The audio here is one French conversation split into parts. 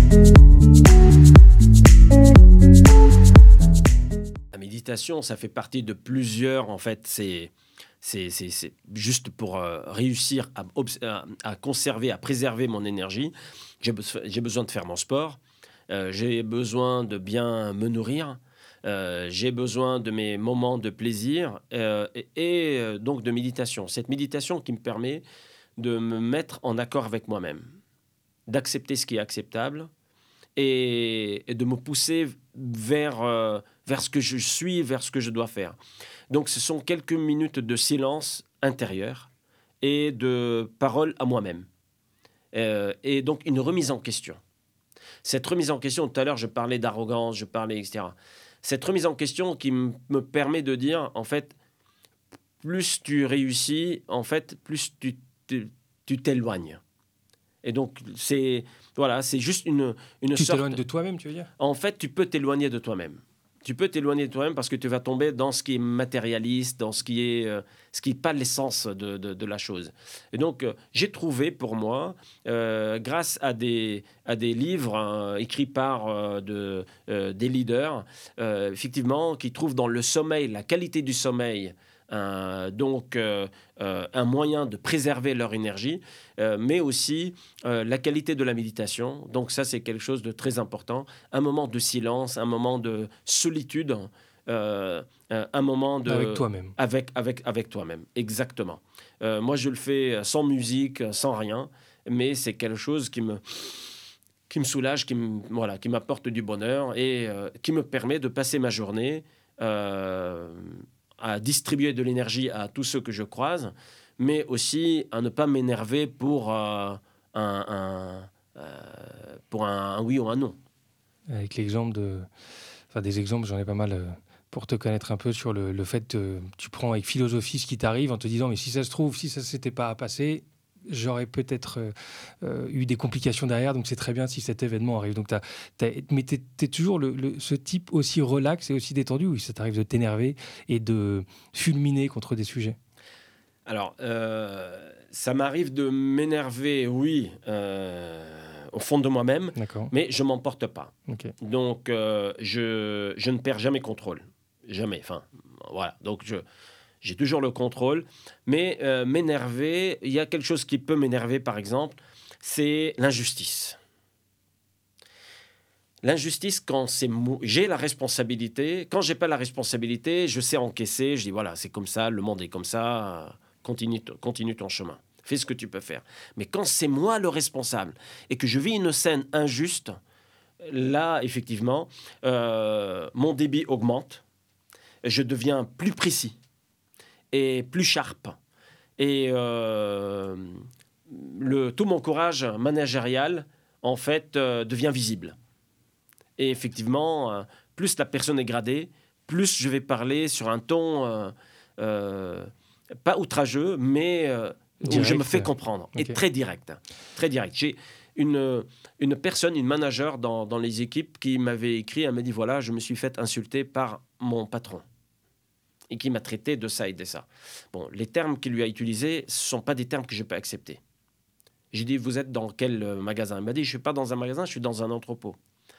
La méditation, ça fait partie de plusieurs, en fait, c'est juste pour réussir à conserver, à préserver mon énergie. J'ai besoin de faire mon sport, j'ai besoin de bien me nourrir, j'ai besoin de mes moments de plaisir donc de méditation. Cette méditation qui me permet de me mettre en accord avec moi-même, d'accepter ce qui est acceptable et de me pousser vers ce que je suis, vers ce que je dois faire. Donc ce sont quelques minutes de silence intérieur et de parole à moi-même. Et donc une remise en question. Cette remise en question, tout à l'heure je parlais d'arrogance, je parlais, etc. Cette remise en question qui me permet de dire, en fait, plus tu réussis, en fait, plus tu t'éloignes. Et donc, c'est juste une Tu sorte... t'éloignes de toi-même, tu veux dire? En fait, tu peux t'éloigner de toi-même. Tu peux t'éloigner de toi-même parce que tu vas tomber dans ce qui est matérialiste, dans ce qui est pas l'essence de la chose. Et donc, j'ai trouvé pour moi, grâce à des livres écrits par des leaders, effectivement, qui trouvent dans le sommeil, la qualité du sommeil, un moyen de préserver leur énergie, mais aussi la qualité de la méditation. Donc ça, c'est quelque chose de très important. Un moment de silence, un moment de solitude, un moment de... Avec toi-même. Avec toi-même, exactement. Moi, je le fais sans musique, sans rien, mais c'est quelque chose qui me soulage, qui m'apporte du bonheur et qui me permet de passer ma journée à distribuer de l'énergie à tous ceux que je croise, mais aussi à ne pas m'énerver pour un oui ou un non. Avec l'exemple des exemples, j'en ai pas mal pour te connaître un peu sur le fait que tu prends avec philosophie ce qui t'arrive en te disant mais si ça se trouve, si ça s'était pas passé, j'aurais peut-être eu des complications derrière, donc c'est très bien si cet événement arrive. Donc mais t'es toujours ce type aussi relax et aussi détendu, où ça t'arrive de t'énerver et de fulminer contre des sujets? Alors, ça m'arrive de m'énerver, oui, au fond de moi-même, D'accord. mais je m'emporte pas. Okay. Donc, je ne perds jamais contrôle. Jamais. Enfin, voilà. Donc, j'ai toujours le contrôle. Mais m'énerver, il y a quelque chose qui peut m'énerver, par exemple, c'est l'injustice. L'injustice, quand j'ai la responsabilité. Quand j'ai pas la responsabilité, je sais encaisser. Je dis, voilà, c'est comme ça, le monde est comme ça. Continue ton chemin. Fais ce que tu peux faire. Mais quand c'est moi le responsable et que je vis une scène injuste, là, effectivement, mon débit augmente. Je deviens plus précis et plus sharp. Et tout mon courage managérial, en fait, devient visible. Et effectivement, plus la personne est gradée, plus je vais parler sur un ton pas outrageux, mais où je me fais comprendre. Okay. Et très direct. Très direct. J'ai une personne, une manager dans les équipes qui m'avait écrit, elle m'a dit, voilà, je me suis fait insulter par mon patron et qui m'a traité de ça et de ça. Bon, les termes qu'il lui a utilisés, ce ne sont pas des termes que je peux accepter. J'ai dit, vous êtes dans quel magasin? Il m'a dit, je ne suis pas dans un magasin, je suis dans un entrepôt.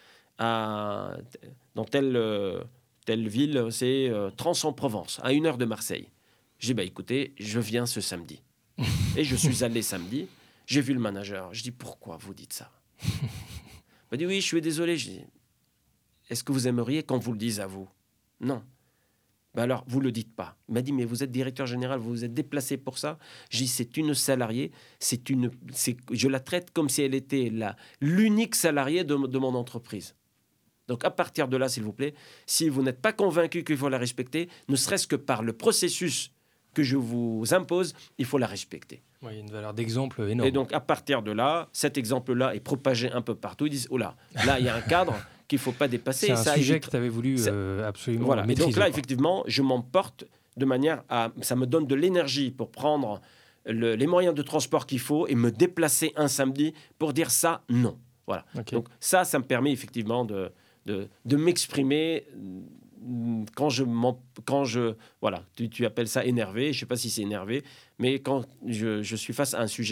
Dans telle ville, c'est Trans-en-Provence, à 1 heure de Marseille. J'ai dit, écoutez, je viens ce samedi. Et je suis allé samedi, j'ai vu le manager. Je dis, pourquoi vous dites ça? Il m'a dit, oui, je suis désolé. Je dis, est-ce que vous aimeriez qu'on vous le dise à vous? Non. Alors, vous ne le dites pas. Il m'a dit, mais vous êtes directeur général, vous vous êtes déplacé pour ça. J'ai dit, c'est une salariée, je la traite comme si elle était l'unique salariée de mon entreprise. Donc, à partir de là, s'il vous plaît, si vous n'êtes pas convaincu qu'il faut la respecter, ne serait-ce que par le processus que je vous impose, il faut la respecter. Oui, il y a une valeur d'exemple énorme. Et donc, à partir de là, cet exemple-là est propagé un peu partout. Ils disent, oh là, il y a un cadre qu'il ne faut pas dépasser. C'est un sujet que tu avais voulu absolument maîtriser. Et donc là, effectivement, je m'emporte de manière à... Ça me donne de l'énergie pour prendre les moyens de transport qu'il faut et me déplacer un samedi pour dire ça, non. Voilà. Okay. Donc ça me permet effectivement de m'exprimer quand je voilà, tu appelles ça énervé, je ne sais pas si c'est énervé, mais quand je suis face à un sujet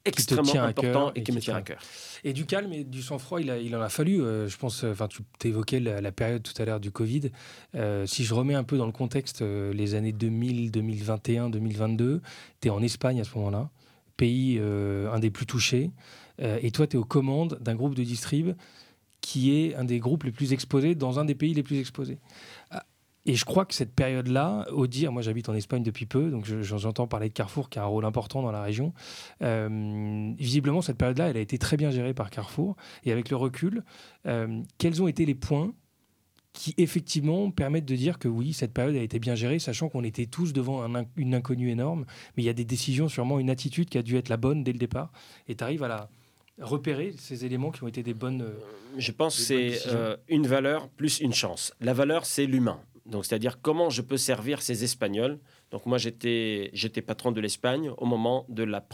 extrêmement tient à important cœur et qui me tient à cœur. Et du calme et du sang-froid, il en a fallu. Je pense, tu t'évoquais la période tout à l'heure du Covid. Si je remets un peu dans le contexte les années 2000, 2021, 2022, tu es en Espagne à ce moment-là, pays un des plus touchés. Et toi, tu es aux commandes d'un groupe de distrib qui est un des groupes les plus exposés dans un des pays les plus exposés. Et je crois que cette période-là, moi j'habite en Espagne depuis peu, donc j'entends parler de Carrefour qui a un rôle important dans la région. Visiblement, cette période-là, elle a été très bien gérée par Carrefour. Et avec le recul, quels ont été les points qui effectivement permettent de dire que oui, cette période a été bien gérée, sachant qu'on était tous devant une inconnue énorme, mais il y a des décisions, sûrement une attitude qui a dû être la bonne dès le départ. Et tu arrives à repérer ces éléments qui ont été des bonnes. Je pense que c'est une valeur plus une chance. La valeur, c'est l'humain. Donc, c'est-à-dire comment je peux servir ces Espagnols. Donc, moi, j'étais patron de l'Espagne au moment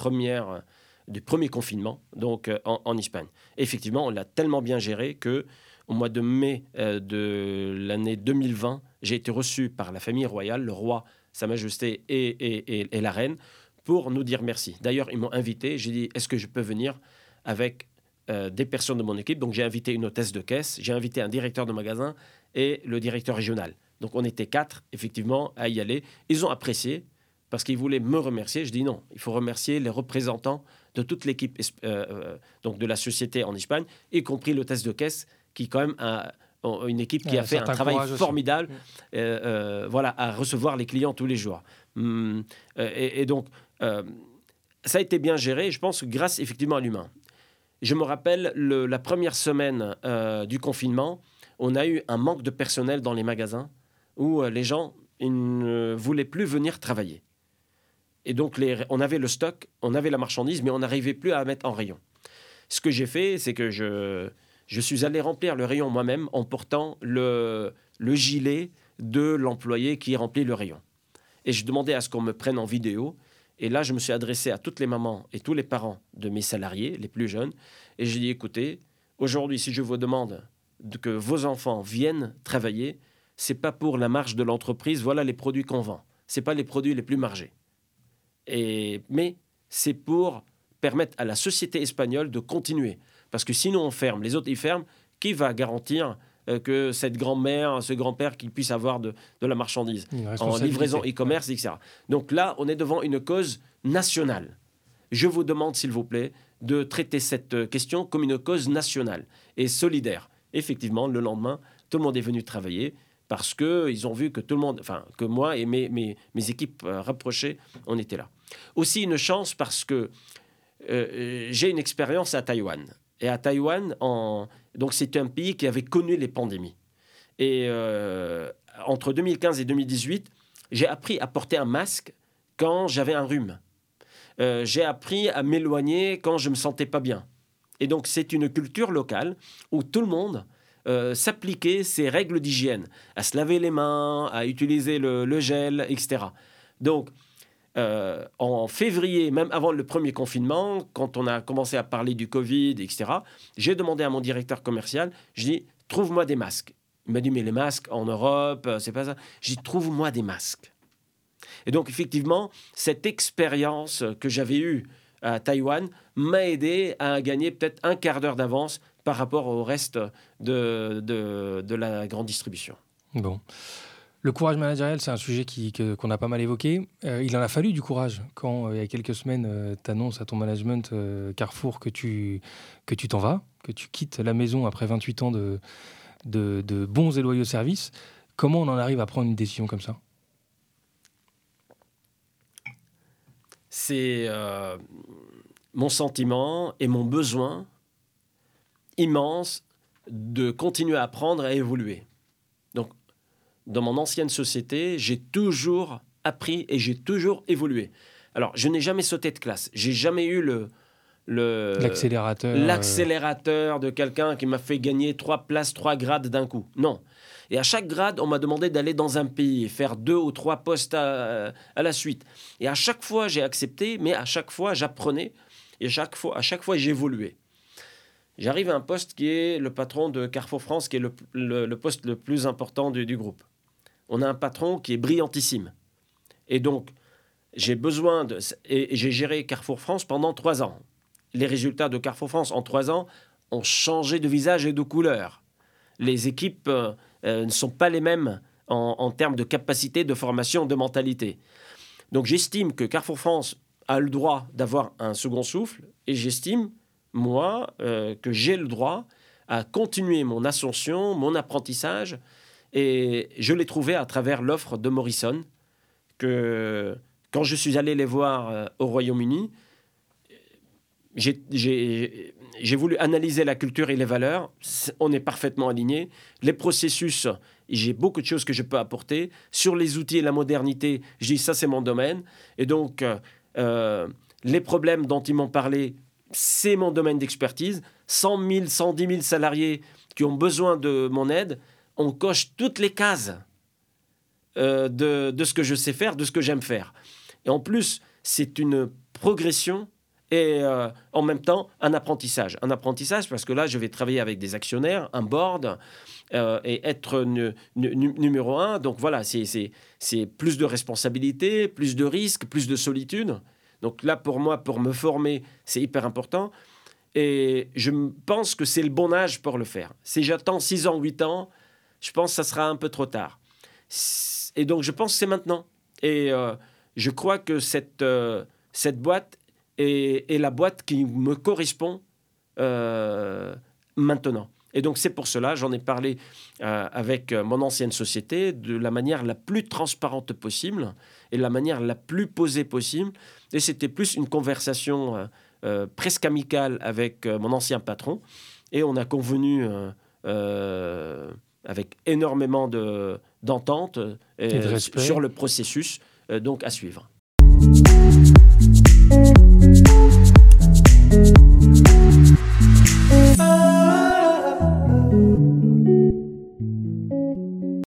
du premier confinement, donc en Espagne. Et effectivement, on l'a tellement bien géré que au mois de mai de l'année 2020, j'ai été reçu par la famille royale, le roi, Sa Majesté et la reine, pour nous dire merci. D'ailleurs, ils m'ont invité. J'ai dit, est-ce que je peux venir avec des personnes de mon équipe? Donc, j'ai invité une hôtesse de caisse, j'ai invité un directeur de magasin et le directeur régional. Donc, on était 4, effectivement, à y aller. Ils ont apprécié parce qu'ils voulaient me remercier. Je dis non, il faut remercier les représentants de toute l'équipe donc de la société en Espagne, y compris l'hôtesse de caisse, qui quand même a une équipe qui a fait un travail formidable à recevoir les clients tous les jours. Et donc, ça a été bien géré, je pense, grâce effectivement à l'humain. Je me rappelle la première semaine du confinement, on a eu un manque de personnel dans les magasins où les gens ne voulaient plus venir travailler. Et donc, on avait le stock, on avait la marchandise, mais on n'arrivait plus à la mettre en rayon. Ce que j'ai fait, c'est que je suis allé remplir le rayon moi-même en portant le gilet de l'employé qui remplit le rayon. Et je demandais à ce qu'on me prenne en vidéo. Et là, je me suis adressé à toutes les mamans et tous les parents de mes salariés, les plus jeunes. Et j'ai dit, écoutez, aujourd'hui, si je vous demande que vos enfants viennent travailler, ce n'est pas pour la marge de l'entreprise, voilà les produits qu'on vend. Ce n'est pas les produits les plus margés. Mais c'est pour permettre à la société espagnole de continuer. Parce que sinon, on ferme, les autres, ils ferment. Qui va garantir que cette grand-mère, ce grand-père, qu'il puisse avoir de la marchandise en livraison e-commerce, etc. Donc là, on est devant une cause nationale. Je vous demande, s'il vous plaît, de traiter cette question comme une cause nationale et solidaire. Effectivement, le lendemain, tout le monde est venu travailler parce qu'ils ont vu que tout le monde, que moi et mes équipes rapprochées, on était là. Aussi une chance parce que j'ai une expérience à Taïwan. Et à Taïwan, donc c'est un pays qui avait connu les pandémies. Et entre 2015 et 2018, j'ai appris à porter un masque quand j'avais un rhume. J'ai appris à m'éloigner quand je ne me sentais pas bien. Et donc, c'est une culture locale où tout le monde s'appliquait ces règles d'hygiène, à se laver les mains, à utiliser le gel, etc. Donc, en février, même avant le premier confinement, quand on a commencé à parler du Covid, etc., j'ai demandé à mon directeur commercial, je dis, trouve-moi des masques. Il m'a dit, mais les masques en Europe, c'est pas ça. J'ai dit, trouve-moi des masques. Et donc, effectivement, cette expérience que j'avais eue à Taïwan m'a aidé à gagner peut-être un quart d'heure d'avance par rapport au reste de la grande distribution. Bon. Le courage managérial, c'est un sujet qu'on a pas mal évoqué. Il en a fallu du courage quand, il y a quelques semaines, tu annonces à ton management Carrefour que tu t'en vas, que tu quittes la maison après 28 ans de bons et loyaux services. Comment on en arrive à prendre une décision comme ça ? C'est mon sentiment et mon besoin immense de continuer à apprendre et à évoluer. Donc, dans mon ancienne société, j'ai toujours appris et j'ai toujours évolué. Alors, je n'ai jamais sauté de classe. J'ai jamais eu l'accélérateur de quelqu'un qui m'a fait gagner 3 places, 3 grades d'un coup. Non. Et à chaque grade, on m'a demandé d'aller dans un pays, faire 2 ou 3 postes à la suite. Et à chaque fois, j'ai accepté, mais à chaque fois, j'apprenais. Et à chaque fois, j'évoluais. J'arrive à un poste qui est le patron de Carrefour France, qui est le poste le plus important du groupe. On a un patron qui est brillantissime. Et donc, j'ai géré Carrefour France pendant 3 ans. les résultats de Carrefour France en 3 ans ont changé de visage et de couleur. Les équipes ne sont pas les mêmes en termes de capacité, de formation, de mentalité. Donc j'estime que Carrefour France a le droit d'avoir un second souffle et j'estime, moi, que j'ai le droit à continuer mon ascension, mon apprentissage. Et je l'ai trouvé à travers l'offre de Morrison, que quand je suis allé les voir au Royaume-Uni, j'ai voulu analyser la culture et les valeurs. On est parfaitement alignés. Les processus, j'ai beaucoup de choses que je peux apporter. Sur les outils et la modernité, je dis ça, c'est mon domaine. Et donc, les problèmes dont ils m'ont parlé, c'est mon domaine d'expertise. 100 000, 110 000 salariés qui ont besoin de mon aide. On coche toutes les cases de ce que je sais faire, de ce que j'aime faire. Et en plus, c'est une progression et en même temps un apprentissage. Un apprentissage parce que là, je vais travailler avec des actionnaires, un board, et être numéro un. Donc voilà, c'est plus de responsabilité, plus de risques, plus de solitude. Donc là, pour moi, pour me former, c'est hyper important. Et je pense que c'est le bon âge pour le faire. Si j'attends 6 ans, 8 ans, je pense que ça sera un peu trop tard. Et donc, je pense que c'est maintenant. Et je crois que cette boîte est la boîte qui me correspond maintenant. Et donc, c'est pour cela, j'en ai parlé avec mon ancienne société, de la manière la plus transparente possible et la manière la plus posée possible. Et c'était plus une conversation presque amicale avec mon ancien patron. Et on a convenu avec énormément d'entente Et de respect. sur le processus donc à suivre.